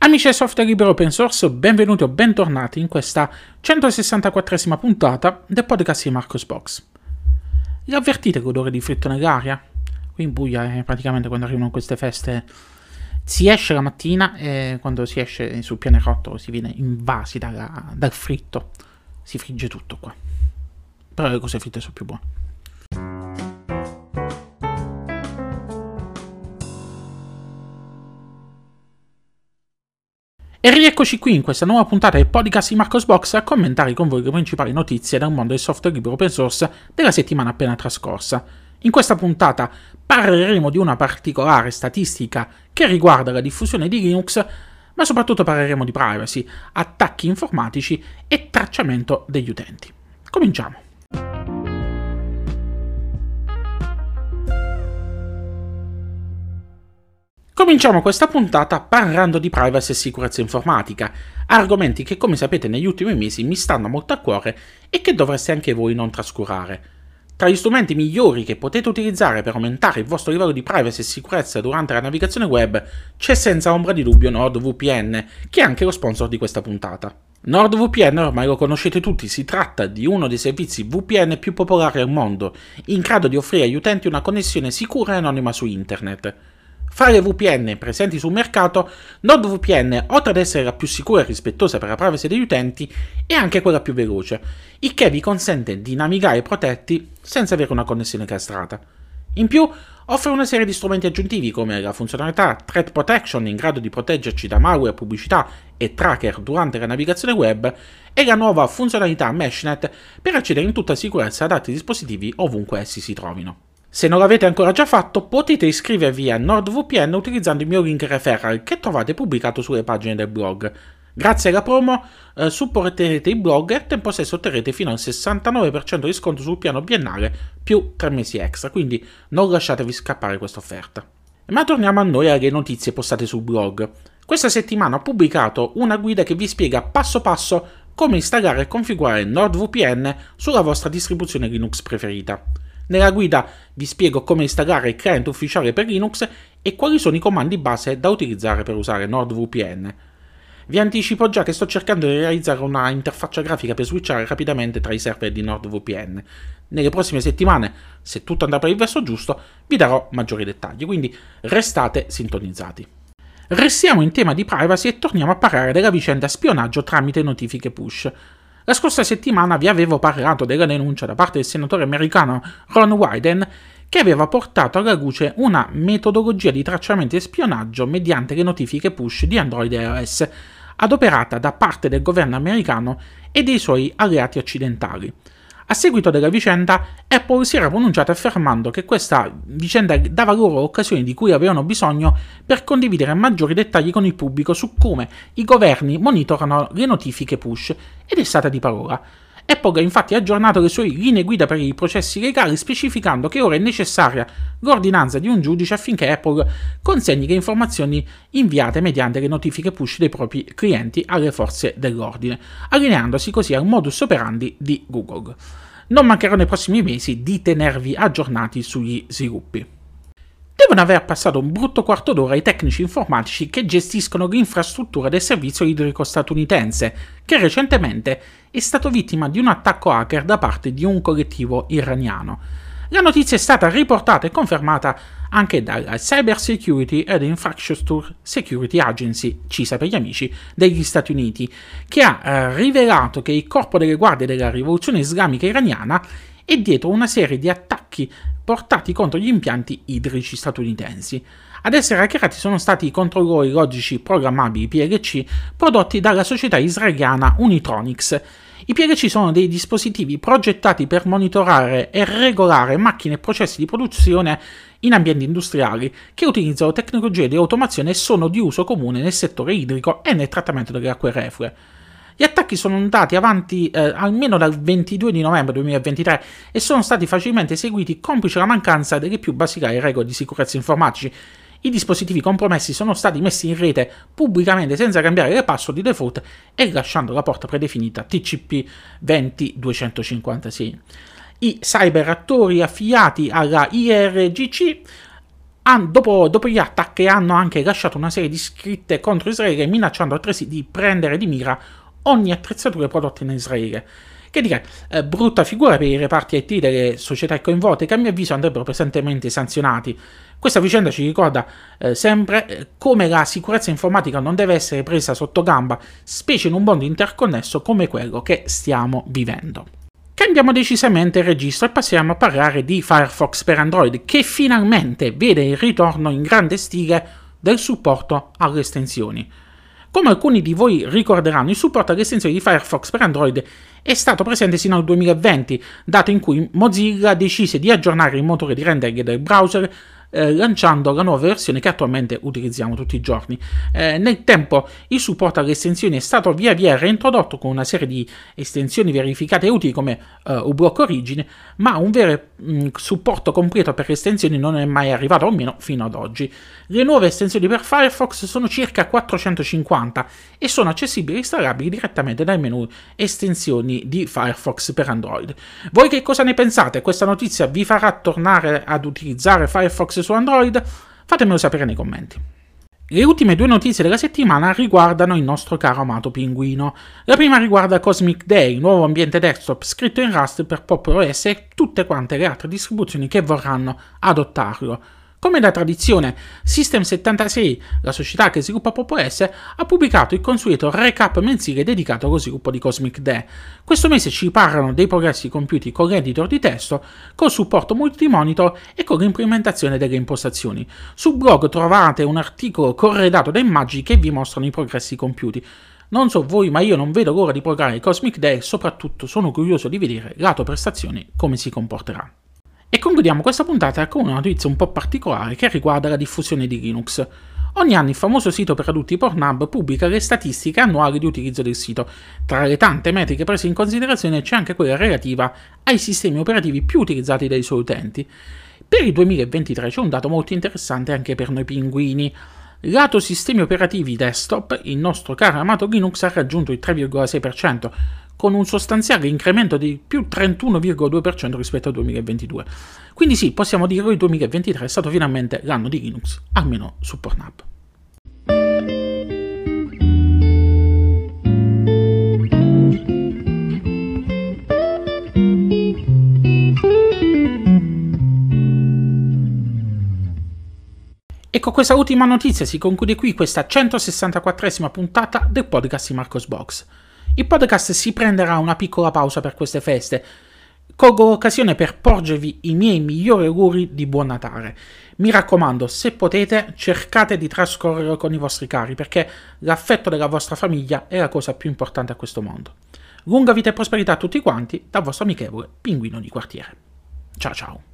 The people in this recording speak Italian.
Amici del software libero open source, benvenuti o bentornati in questa 164esima puntata del podcast di Marcosbox. Vi avvertite l'odore di fritto nell'aria? Qui in Puglia è praticamente quando arrivano queste feste si esce la mattina e quando si esce sul pianerottolo si viene invasi dal fritto. Si frigge tutto qua. Però le cose fritte sono più buone. E rieccoci qui in questa nuova puntata del podcast di Marcosbox a commentare con voi le principali notizie dal mondo del software libero open source della settimana appena trascorsa. In questa puntata parleremo di una particolare statistica che riguarda la diffusione di Linux, ma soprattutto parleremo di privacy, attacchi informatici e tracciamento degli utenti. Cominciamo! Cominciamo questa puntata parlando di privacy e sicurezza informatica, argomenti che come sapete negli ultimi mesi mi stanno molto a cuore e che dovreste anche voi non trascurare. Tra gli strumenti migliori che potete utilizzare per aumentare il vostro livello di privacy e sicurezza durante la navigazione web c'è senza ombra di dubbio NordVPN, che è anche lo sponsor di questa puntata. NordVPN ormai lo conoscete tutti, si tratta di uno dei servizi VPN più popolari al mondo, in grado di offrire agli utenti una connessione sicura e anonima su internet. Fra le VPN presenti sul mercato, NordVPN, oltre ad essere la più sicura e rispettosa per la privacy degli utenti, è anche quella più veloce, il che vi consente di navigare protetti senza avere una connessione castrata. In più, offre una serie di strumenti aggiuntivi come la funzionalità Threat Protection in grado di proteggerci da malware, pubblicità e tracker durante la navigazione web e la nuova funzionalità MeshNet per accedere in tutta sicurezza ad altri dispositivi ovunque essi si trovino. Se non l'avete ancora già fatto, potete iscrivervi a NordVPN utilizzando il mio link referral che trovate pubblicato sulle pagine del blog. Grazie alla promo supporterete il blog e al tempo stesso otterrete fino al 69% di sconto sul piano biennale più 3 mesi extra, quindi non lasciatevi scappare questa offerta. Ma torniamo a noi alle notizie postate sul blog. Questa settimana ho pubblicato una guida che vi spiega passo passo come installare e configurare NordVPN sulla vostra distribuzione Linux preferita. Nella guida vi spiego come installare il cliente ufficiale per Linux e quali sono i comandi base da utilizzare per usare NordVPN. Vi anticipo già che sto cercando di realizzare una interfaccia grafica per switchare rapidamente tra i server di NordVPN. Nelle prossime settimane, se tutto andrà per il verso giusto, vi darò maggiori dettagli, quindi restate sintonizzati. Restiamo in tema di privacy e torniamo a parlare della vicenda spionaggio tramite notifiche push. La scorsa settimana vi avevo parlato della denuncia da parte del senatore americano Ron Wyden che aveva portato alla luce una metodologia di tracciamento e spionaggio mediante le notifiche push di Android e iOS, adoperata da parte del governo americano e dei suoi alleati occidentali. A seguito della vicenda, Apple si era pronunciata affermando che questa vicenda dava loro occasioni di cui avevano bisogno per condividere maggiori dettagli con il pubblico su come i governi monitorano le notifiche push, ed è stata di parola. Apple ha infatti aggiornato le sue linee guida per i processi legali specificando che ora è necessaria l'ordinanza di un giudice affinché Apple consegni le informazioni inviate mediante le notifiche push dei propri clienti alle forze dell'ordine, allineandosi così al modus operandi di Google. Non mancherò nei prossimi mesi di tenervi aggiornati sugli sviluppi. Devono aver passato un brutto quarto d'ora i tecnici informatici che gestiscono l'infrastruttura del servizio idrico statunitense, che recentemente è stato vittima di un attacco hacker da parte di un collettivo iraniano. La notizia è stata riportata e confermata anche dalla Cyber Security and Infrastructure Security Agency, CISA per gli amici, degli Stati Uniti, che ha rivelato che il corpo delle guardie della rivoluzione islamica iraniana è dietro una serie di attacchi portati contro gli impianti idrici statunitensi. Ad essere hackerati sono stati i controllori logici programmabili PLC prodotti dalla società israeliana Unitronics. I PLC sono dei dispositivi progettati per monitorare e regolare macchine e processi di produzione in ambienti industriali che utilizzano tecnologie di automazione e sono di uso comune nel settore idrico e nel trattamento delle acque reflue. Gli attacchi sono andati avanti almeno dal 22 di novembre 2023 e sono stati facilmente eseguiti complice la mancanza delle più basilari regole di sicurezza informatici. I dispositivi compromessi sono stati messi in rete pubblicamente senza cambiare le password di default e lasciando la porta predefinita TCP 20256. I cyber attori affiliati alla IRGC dopo gli attacchi hanno anche lasciato una serie di scritte contro Israele, minacciando altresì di prendere di mira ogni attrezzatura prodotta in Israele. Che dire, brutta figura per i reparti IT delle società coinvolte, che a mio avviso andrebbero pesantemente sanzionati. Questa vicenda ci ricorda sempre come la sicurezza informatica non deve essere presa sotto gamba, specie in un mondo interconnesso come quello che stiamo vivendo. Cambiamo decisamente il registro e passiamo a parlare di Firefox per Android, che finalmente vede il ritorno in grande stile del supporto alle estensioni. Come alcuni di voi ricorderanno, il supporto alle estensioni di Firefox per Android è stato presente sino al 2020, data in cui Mozilla decise di aggiornare il motore di rendering del browser lanciando la nuova versione che attualmente utilizziamo tutti i giorni. Nel tempo il supporto alle estensioni è stato via via reintrodotto con una serie di estensioni verificate e utili come uBlock Origin, ma un vero supporto completo per le estensioni non è mai arrivato, almeno fino ad oggi. Le nuove estensioni per Firefox sono circa 450 e sono accessibili e installabili direttamente dal menu estensioni di Firefox per Android. Voi che cosa ne pensate? Questa notizia vi farà tornare ad utilizzare Firefox su Android? Fatemelo sapere nei commenti. Le ultime due notizie della settimana riguardano il nostro caro amato Pinguino. La prima riguarda Cosmic Day, nuovo ambiente desktop scritto in Rust per Pop! OS e tutte quante le altre distribuzioni che vorranno adottarlo. Come da tradizione, System76, la società che sviluppa Pop! OS, ha pubblicato il consueto recap mensile dedicato allo sviluppo di Cosmic Day. Questo mese ci parlano dei progressi compiuti con l'editor di testo, col supporto multimonitor e con l'implementazione delle impostazioni. Sul blog trovate un articolo corredato da immagini che vi mostrano i progressi compiuti. Non so voi, ma io non vedo l'ora di provare Cosmic Day e soprattutto sono curioso di vedere lato prestazioni come si comporterà. E concludiamo questa puntata con una notizia un po' particolare che riguarda la diffusione di Linux. Ogni anno il famoso sito per adulti Pornhub pubblica le statistiche annuali di utilizzo del sito. Tra le tante metriche prese in considerazione c'è anche quella relativa ai sistemi operativi più utilizzati dai suoi utenti. Per il 2023 c'è un dato molto interessante anche per noi pinguini. Lato sistemi operativi desktop, il nostro caro amato Linux ha raggiunto il 3,6%, con un sostanziale incremento di più 31,2% rispetto al 2022. Quindi sì, possiamo dire che il 2023 è stato finalmente l'anno di Linux, almeno su Pornhub. E con questa ultima notizia si conclude qui questa 164esima puntata del podcast di Marcos Box. Il podcast si prenderà una piccola pausa per queste feste. Colgo l'occasione per porgervi i miei migliori auguri di buon Natale. Mi raccomando, se potete, cercate di trascorrerlo con i vostri cari, perché l'affetto della vostra famiglia è la cosa più importante a questo mondo. Lunga vita e prosperità a tutti quanti, dal vostro amichevole Pinguino di quartiere. Ciao ciao.